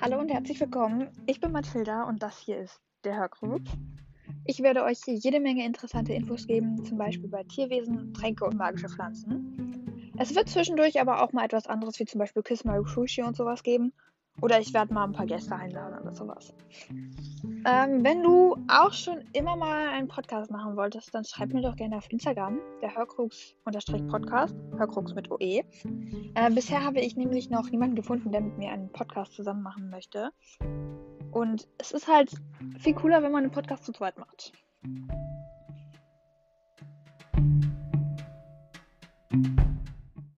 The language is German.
Hallo und herzlich willkommen. Ich bin Mathilda und das hier ist der Hörkrux. Ich werde euch hier jede Menge interessante Infos geben, zum Beispiel bei Tierwesen, Tränke und magische Pflanzen. Es wird zwischendurch aber auch mal etwas anderes, wie zum Beispiel Kiss My Sushi und sowas geben. Oder ich werde mal ein paar Gäste einladen oder sowas. Wenn du auch schon immer mal einen Podcast machen wolltest, dann schreib mir doch gerne auf Instagram, der Hörkrux_Podcast, Hörkrux mit OE. Bisher habe ich nämlich noch niemanden gefunden, der mit mir einen Podcast zusammen machen möchte. Und es ist halt viel cooler, wenn man einen Podcast zu zweit macht.